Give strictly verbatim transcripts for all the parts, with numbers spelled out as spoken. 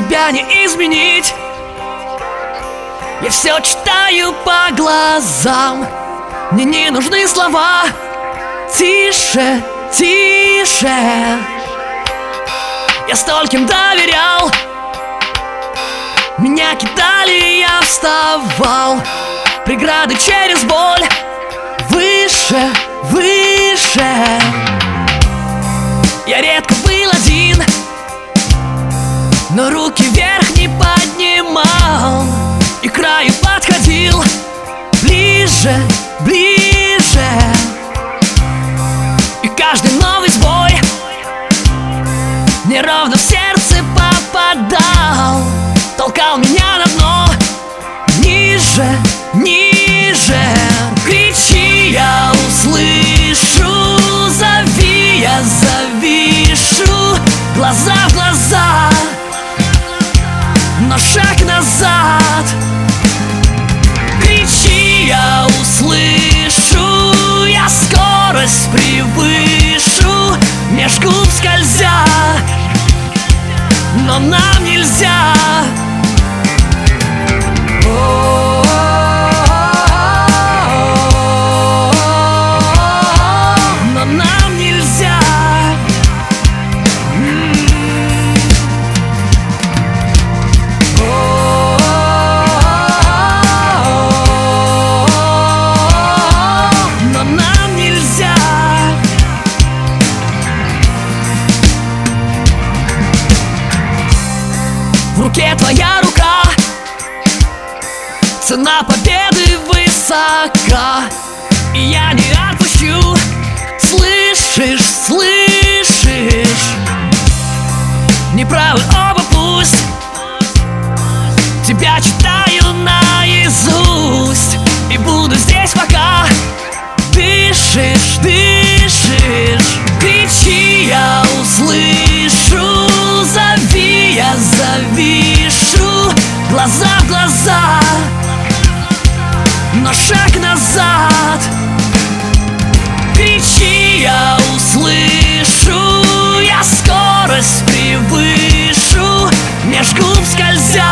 тебя не изменить. Я все читаю по глазам, мне не нужны слова. Тише, тише. Я стольким доверял, меня кидали, я вставал. Преграды через боль. Выше, выше. Я редко был один, но руки вверх не поднимал, и к краю подходил. Ближе, ближе. И каждый новый сбой неровно в сердце попадал, толкал меня на дно. Ниже, ниже. Кричи, я услышу. Зови, я завишу. Глаза в глаза, но шаг назад. Кричи, я услышу. Я скорость превышу, меж губ скользя, но нам нельзя. Но нам нельзя. Но нам нельзя. В руке твоя рука, цена победы высока, и я не отпущу. Слышишь, слышишь? Неправы оба пусть. Тебя читаю наизусть, и буду здесь пока дышишь, дышишь. Кричи, я услышу. Зови, я завишу. Глаза в глаза, но шаг назад. Кричи, я услышу. Я скорость превышу, меж губ скользя,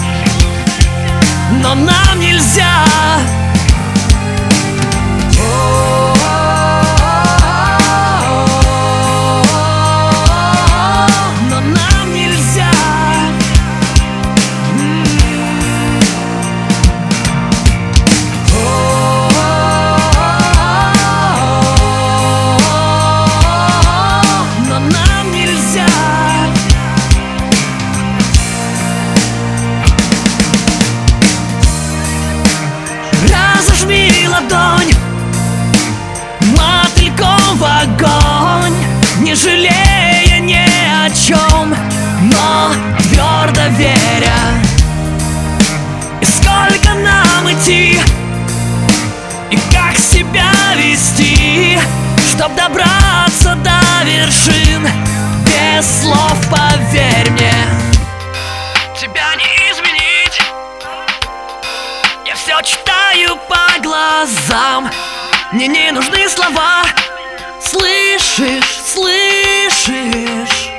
но нам нельзя. Но нам нельзя. Но нам нельзя. Разожми ладонь, мотыльком в огонь, не жалея ни о чем, но твердо веря. И сколько нам идти, и как себя вести, чтоб добраться до вершин. Без слов, поверь мне, тебя не изменить. Я все читаю по глазам, мне не нужны слова. Слышишь, слышишь?